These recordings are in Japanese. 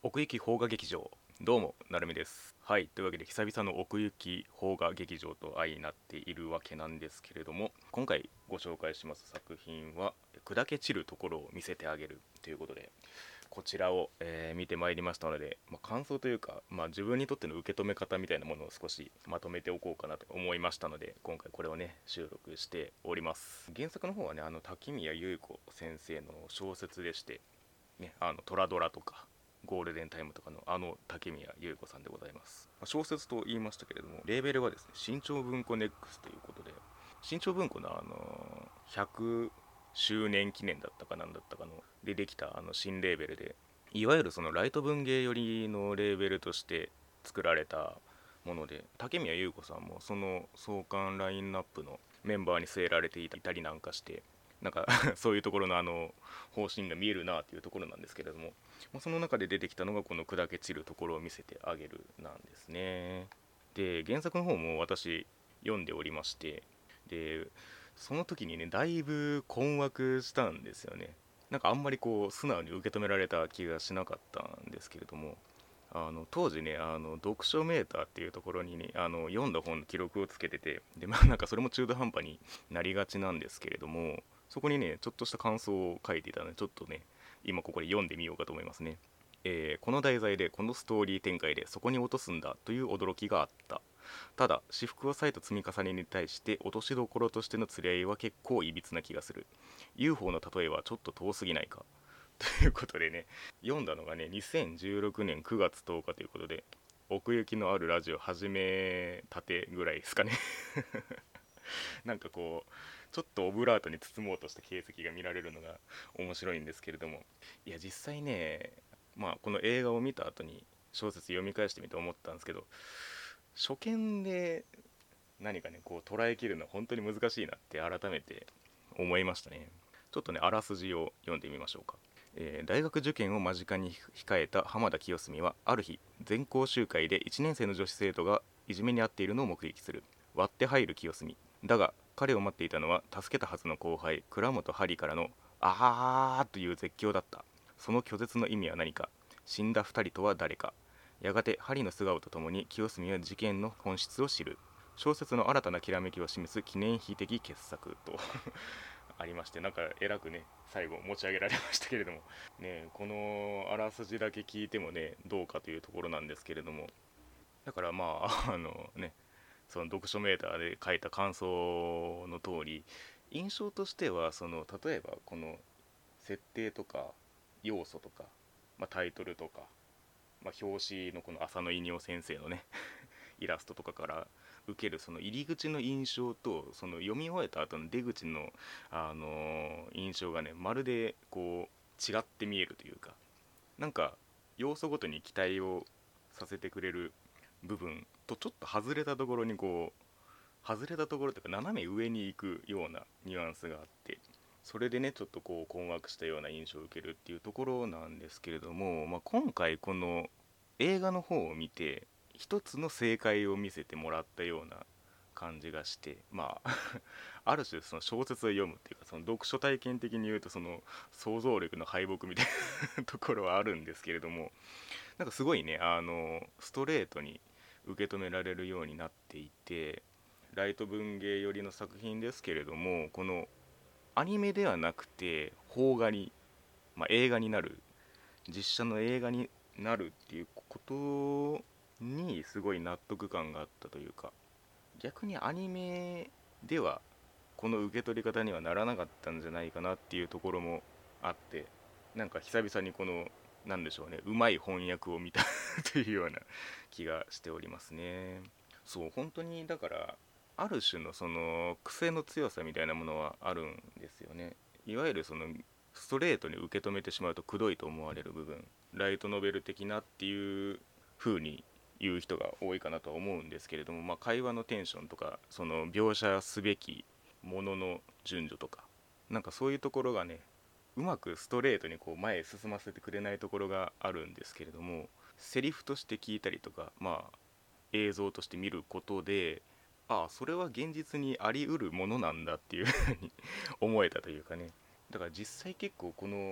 奥行き邦画劇場、どうもなるみです。はい、というわけで久々の奥行き邦画劇場と相なっているわけなんですけれども、今回ご紹介します作品は砕け散るところを見せてあげるということで、こちらを、見てまいりましたので、感想というか、自分にとっての受け止め方みたいなものを少しまとめておこうかなと思いましたので、今回これをね収録しております。原作の方はね、滝宮優子先生の小説でして、ね、トラドラとかゴールデンタイムとかの竹宮優子さんでございます。小説と言いましたけれども、レーベルはですね、新潮文庫ネックスということで、新潮文庫の100周年記念だったかなんだったかのでできた新レーベルで、いわゆるそのライト文芸寄りのレーベルとして作られたもので、竹宮優子さんもその創刊ラインナップのメンバーに据えられていたりなんかして、なんかそういうところの方針が見えるなというところなんですけれども、その中で出てきたのがこの砕け散るところを見せてあげるなんですね。で、原作の方も私読んでおりまして、でその時にね、だいぶ困惑したんですよね。なんかあんまりこう素直に受け止められた気がしなかったんですけれども、当時ね、読書メーターっていうところにね、読んだ本の記録をつけてて、でなんかそれも中途半端になりがちなんですけれども、そこにねちょっとした感想を書いていたので、ちょっとね今ここで読んでみようかと思いますね。この題材でこのストーリー展開でそこに落とすんだという驚きがあった。ただ私服を再度積み重ねに対して落としどころとしての釣り合いは結構いびつな気がする。 UFO の例えはちょっと遠すぎないか。ということでね、読んだのがね2016年9月10日ということで、奥行きのあるラジオ始めたてぐらいですかね。なんかこうちょっとオブラートに包もうとした形跡が見られるのが面白いんですけれども、いや実際ね、この映画を見た後に小説読み返してみて思ったんですけど、初見で何かねこう捉えきるのは本当に難しいなって改めて思いましたね。ちょっとねあらすじを読んでみましょうか。大学受験を間近に控えた浜田清澄はある日、全校集会で1年生の女子生徒がいじめに遭っているのを目撃する。割って入る清澄だが、彼を待っていたのは助けたはずの後輩倉本針からの「あー」という絶叫だった。その拒絶の意味は何か。死んだ2人とは誰か。やがて針の素顔とともに清澄は事件の本質を知る。小説の新たなきらめきを示す記念碑的傑作とありまして、なんかえらくね最後持ち上げられましたけれどもね、このあらすじだけ聞いてもねどうかというところなんですけれども、だからね、その読書メーターで書いた感想の通り、印象としてはその例えばこの設定とか要素とか、タイトルとか、表紙のこの浅野稲夫先生のねイラストとかから受けるその入り口の印象と、その読み終えた後の出口の、印象がねまるでこう違って見えるというか、なんか要素ごとに期待をさせてくれる部分と、ちょっと外れたところにこう外れたところというか斜め上に行くようなニュアンスがあって、それでねちょっとこう困惑したような印象を受けるっていうところなんですけれども、今回この映画の方を見て一つの正解を見せてもらったような感じがして、ある種その小説を読むっていうか、その読書体験的に言うとその想像力の敗北みたいなところはあるんですけれども、なんかすごいねストレートに受け止められるようになっていて、ライト文芸寄りの作品ですけれども、このアニメではなくて邦画に、映画になる、実写の映画になるっていうことにすごい納得感があったというか、逆にアニメではこの受け取り方にはならなかったんじゃないかなっていうところもあって、なんか久々にこのなんでしょうね、うまい翻訳を見たというような気がしておりますね。そう本当にだからある種のその癖の強さみたいなものはあるんですよね。いわゆるそのストレートに受け止めてしまうとくどいと思われる部分、ライトノベル的なっていう風に言う人が多いかなとは思うんですけれども、会話のテンションとかその描写すべきものの順序とか、なんかそういうところがねうまくストレートにこう前へ進ませてくれないところがあるんですけれども、セリフとして聞いたりとか、映像として見ることで、ああそれは現実にあり得るものなんだっていうふうに思えたというかね。だから実際結構この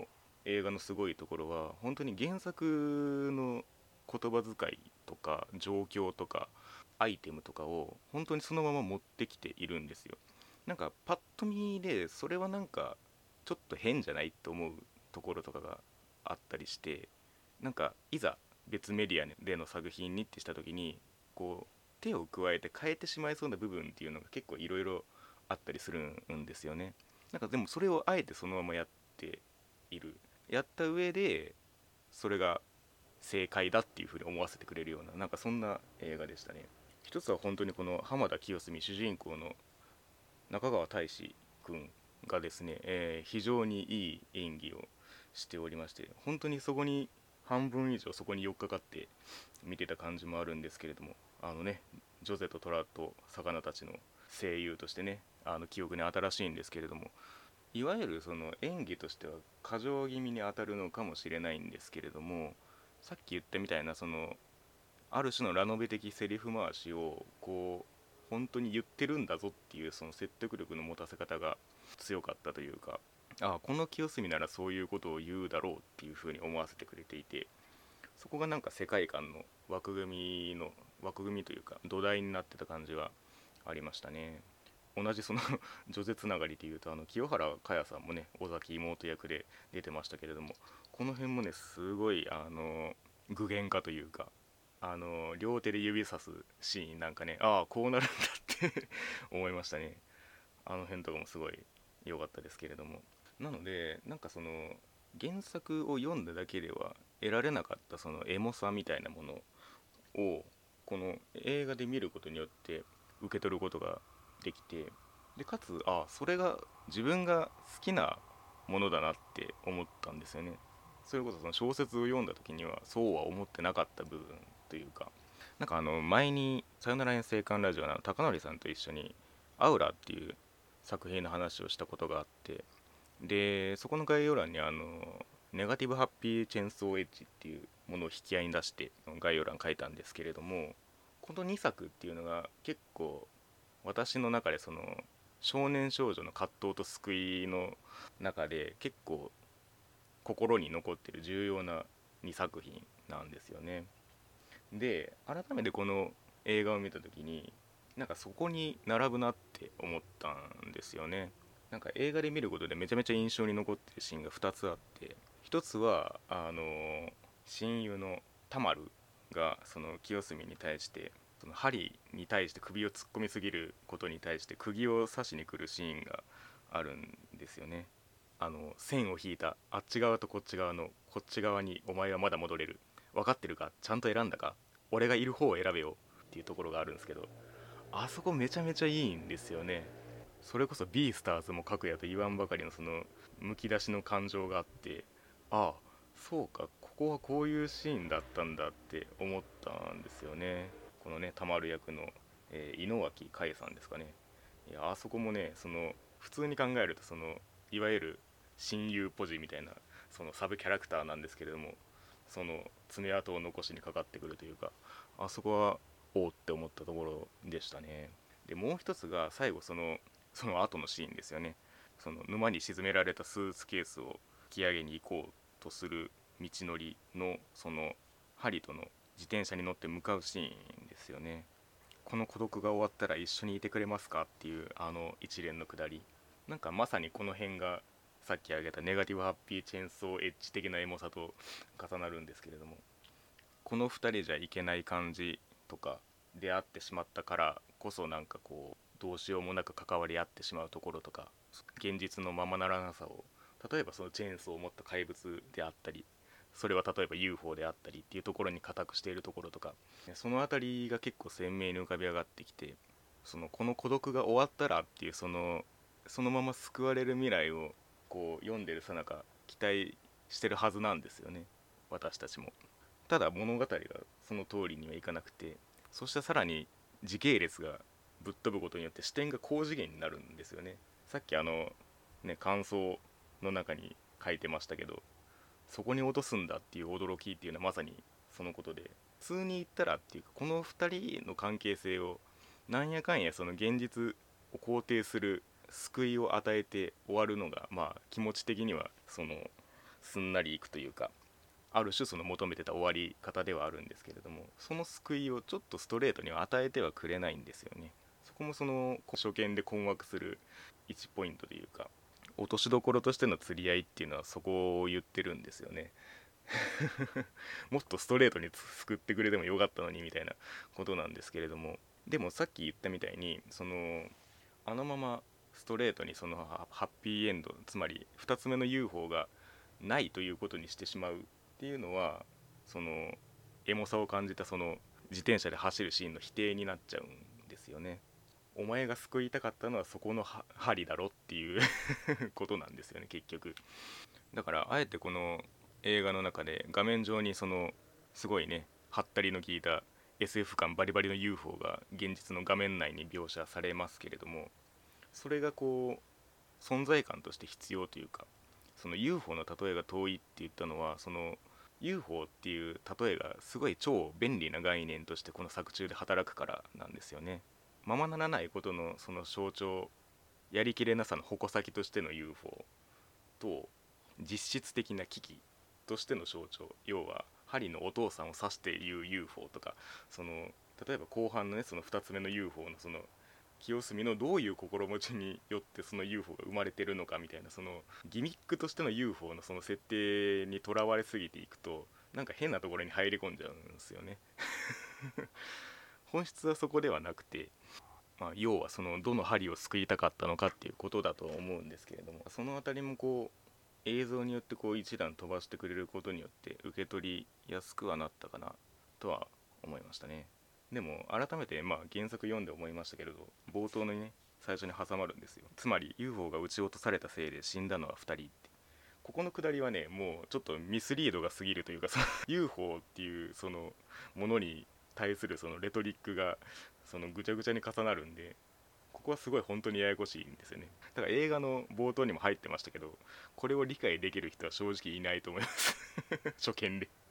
映画のすごいところは本当に原作の言葉遣いとか状況とかアイテムとかを本当にそのまま持ってきているんですよ。なんかパッと見でそれはなんかちょっと変じゃないと思うところとかがあったりして、なんかいざ別メディアでの作品にってした時にこう手を加えて変えてしまいそうな部分っていうのが結構いろいろあったりするんですよね。なんかでもそれをあえてそのままやっている、やった上でそれが正解だっていうふうに思わせてくれるような、なんかそんな映画でしたね。一つは本当にこの浜田清澄主人公の中川大志くんがですね、非常にいい演技をしておりまして、本当にそこに半分以上そこに寄っかかって見てた感じもあるんですけれども、ジョゼとトラと魚たちの声優としてね、記憶に新しいんですけれども、いわゆるその演技としては過剰気味に当たるのかもしれないんですけれども、さっき言ったみたいなそのある種のラノベ的セリフ回しをこう本当に言ってるんだぞっていうその説得力の持たせ方が強かったというか、ああこの清澄ならそういうことを言うだろうっていうふうに思わせてくれていて、そこがなんか世界観の枠組みというか土台になってた感じはありましたね。同じその女絶つながりでいうと清原果耶さんもね尾崎妹役で出てましたけれども、この辺もねすごい具現化というか、両手で指さすシーンなんかね、ああこうなるんだって思いましたね。あの辺とかもすごい良かったですけれども、なのでなんかその原作を読んだだけでは得られなかったそのエモさみたいなものをこの映画で見ることによって受け取ることができて、でかつそれが自分が好きなものだなって思ったんですよね。それこそその小説を読んだ時にはそうは思ってなかった部分というか、なんか前に「さよなら遠征館ラジオ」の高則さんと一緒に「アウラ」っていう作品の話をしたことがあって、でそこの概要欄にネガティブハッピーチェンソーエッジっていうものを引き合いに出して概要欄書いたんですけれども、この2作っていうのが結構私の中でその少年少女の葛藤と救いの中で結構心に残っている重要な2作品なんですよね。で改めてこの映画を見た時になんかそこに並ぶなって思ったんですよね。なんか映画で見ることでめちゃめちゃ印象に残ってるシーンが2つあって、1つは親友のタマルがその清澄に対してその針に対して首を突っ込みすぎることに対して釘を刺しに来るシーンがあるんですよね。線を引いたあっち側とこっち側のこっち側にお前はまだ戻れる、分かってるか、ちゃんと選んだか、俺がいる方を選べよっていうところがあるんですけど、あそこめちゃめちゃいいんですよね。それこそビースターズも書くやと言わんばかりのそのむき出しの感情があって、ああそうかここはこういうシーンだったんだって思ったんですよね。このねたまる役の、井之脇海さんですかね。いやあそこもねその普通に考えるとそのいわゆる親友ポジみたいなそのサブキャラクターなんですけれども、その爪痕を残しにかかってくるというか、あそこはおおって思ったところでしたね。でもう一つが最後その後のシーンですよね。その沼に沈められたスーツケースを引き上げに行こうとする道のりのそのハリとの自転車に乗って向かうシーンですよね。この孤独が終わったら一緒にいてくれますかっていう一連のくだり、なんかまさにこの辺がさっき挙げたネガティブハッピーチェーンソーエッジ的なエモさと重なるんですけれども、この2人じゃいけない感じとか出会ってしまったからこそなんかこうどうしようもなく関わり合ってしまうところとか、現実のままならなさを、例えばそのチェーンソーを持った怪物であったり、それは例えば UFO であったりっていうところに固くしているところとか、その辺りが結構鮮明に浮かび上がってきて、この孤独が終わったらっていうそのまま救われる未来をこう読んでるさなか期待してるはずなんですよね、私たちも。ただ物語がその通りにはいかなくて、そしてさらに時系列がぶっ飛ぶことによって視点が高次元になるんですよね。さっき感想の中に書いてましたけど、そこに落とすんだっていう驚きっていうのはまさにそのことで、普通に言ったらっていうかこの2人の関係性をなんやかんやその現実を肯定する救いを与えて終わるのがまあ気持ち的にはそのすんなりいくというか、ある種その求めてた終わり方ではあるんですけれども、その救いをちょっとストレートには与えてはくれないんですよね。そこもその初見で困惑する1ポイントというか、落としどころとしての釣り合いっていうのはそこを言ってるんですよね。もっとストレートに救ってくれてもよかったのにみたいなことなんですけれども、でもさっき言ったみたいにあのままストレートにそのハッピーエンド、つまり2つ目の UFO がないということにしてしまうっていうのは、そのエモさを感じたその自転車で走るシーンの否定になっちゃうんですよね。お前が救いたかったのはそこの針だろっていうことなんですよね、結局。だからあえてこの映画の中で画面上にそのすごいねはったりの効いた SF 感バリバリの UFO が現実の画面内に描写されますけれども、それがこう存在感として必要というか、その UFO の例えが遠いって言ったのは、その UFO っていう例えがすごい超便利な概念としてこの作中で働くからなんですよね。ままならないことのその象徴、やりきれなさの矛先としての UFO と実質的な危機としての象徴、要はハリーのお父さんを指して言う UFO とか、その例えば後半のねその2つ目の UFO のその清澄のどういう心持ちによってその UFO が生まれてるのかみたいな、そのギミックとしての UFO のその設定にとらわれすぎていくと、なんか変なところに入り込んじゃうんですよね。本質はそこではなくて、要はそのどの針を救いたかったのかっていうことだとは思うんですけれども、そのあたりもこう映像によってこう一段飛ばしてくれることによって受け取りやすくはなったかなとは思いましたね。でも改めて原作読んで思いましたけれど、冒頭のね最初に挟まるんですよ。つまり UFO が撃ち落とされたせいで死んだのは2人って。ここのくだりはねもうちょっとミスリードが過ぎるというか、その UFO っていうそのものに対するそのレトリックがそのぐちゃぐちゃに重なるんで、ここはすごい本当にややこしいんですよね。だから映画の冒頭にも入ってましたけど、これを理解できる人は正直いないと思います初見で。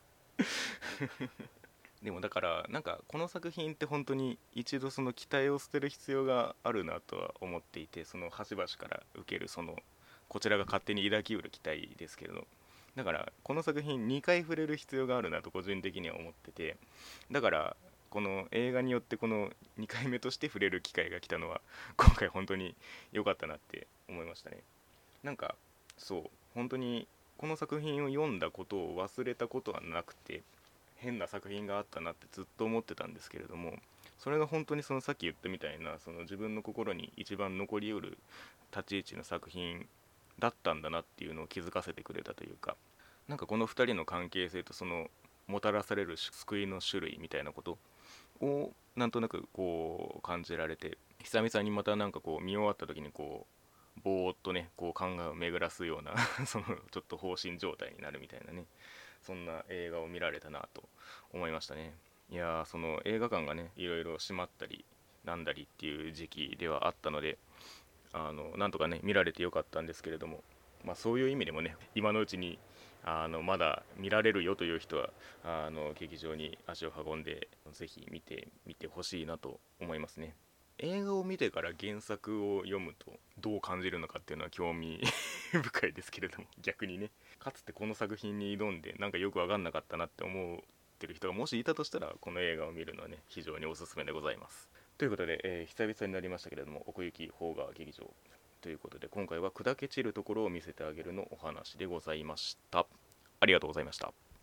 でもだからなんかこの作品って本当に一度その期待を捨てる必要があるなとは思っていて、その端々から受けるそのこちらが勝手に抱きうる期待ですけれど、だからこの作品2回触れる必要があるなと個人的には思ってて、だからこの映画によってこの2回目として触れる機会が来たのは今回本当に良かったなって思いましたね。なんかそう本当にこの作品を読んだことを忘れたことはなくて、変な作品があったなってずっと思ってたんですけれども、それが本当にそのさっき言ったみたいなその自分の心に一番残りうる立ち位置の作品だったんだなっていうのを気づかせてくれたというか、なんかこの2人の関係性とそのもたらされる救いの種類みたいなことをなんとなくこう感じられて、久々にまたなんかこう見終わった時にこうぼーっとねこう考えを巡らすようなそのちょっと放心状態になるみたいなね、そんな映画を見られたなと思いましたね。いやーその映画館がねいろいろ閉まったりなんだりっていう時期ではあったので、なんとかね見られてよかったんですけれども、そういう意味でもね今のうちにまだ見られるよという人は劇場に足を運んでぜひ見てみてほしいなと思いますね。映画を見てから原作を読むとどう感じるのかっていうのは興味深いですけれども、逆にねかつてこの作品に挑んでなんかよく分かんなかったなって思ってる人がもしいたとしたら、この映画を見るのはね非常におすすめでございます。ということで、久々になりましたけれども奥行き邦画劇場ということで、今回は砕け散るところを見せてあげるのお話でございました。ありがとうございました。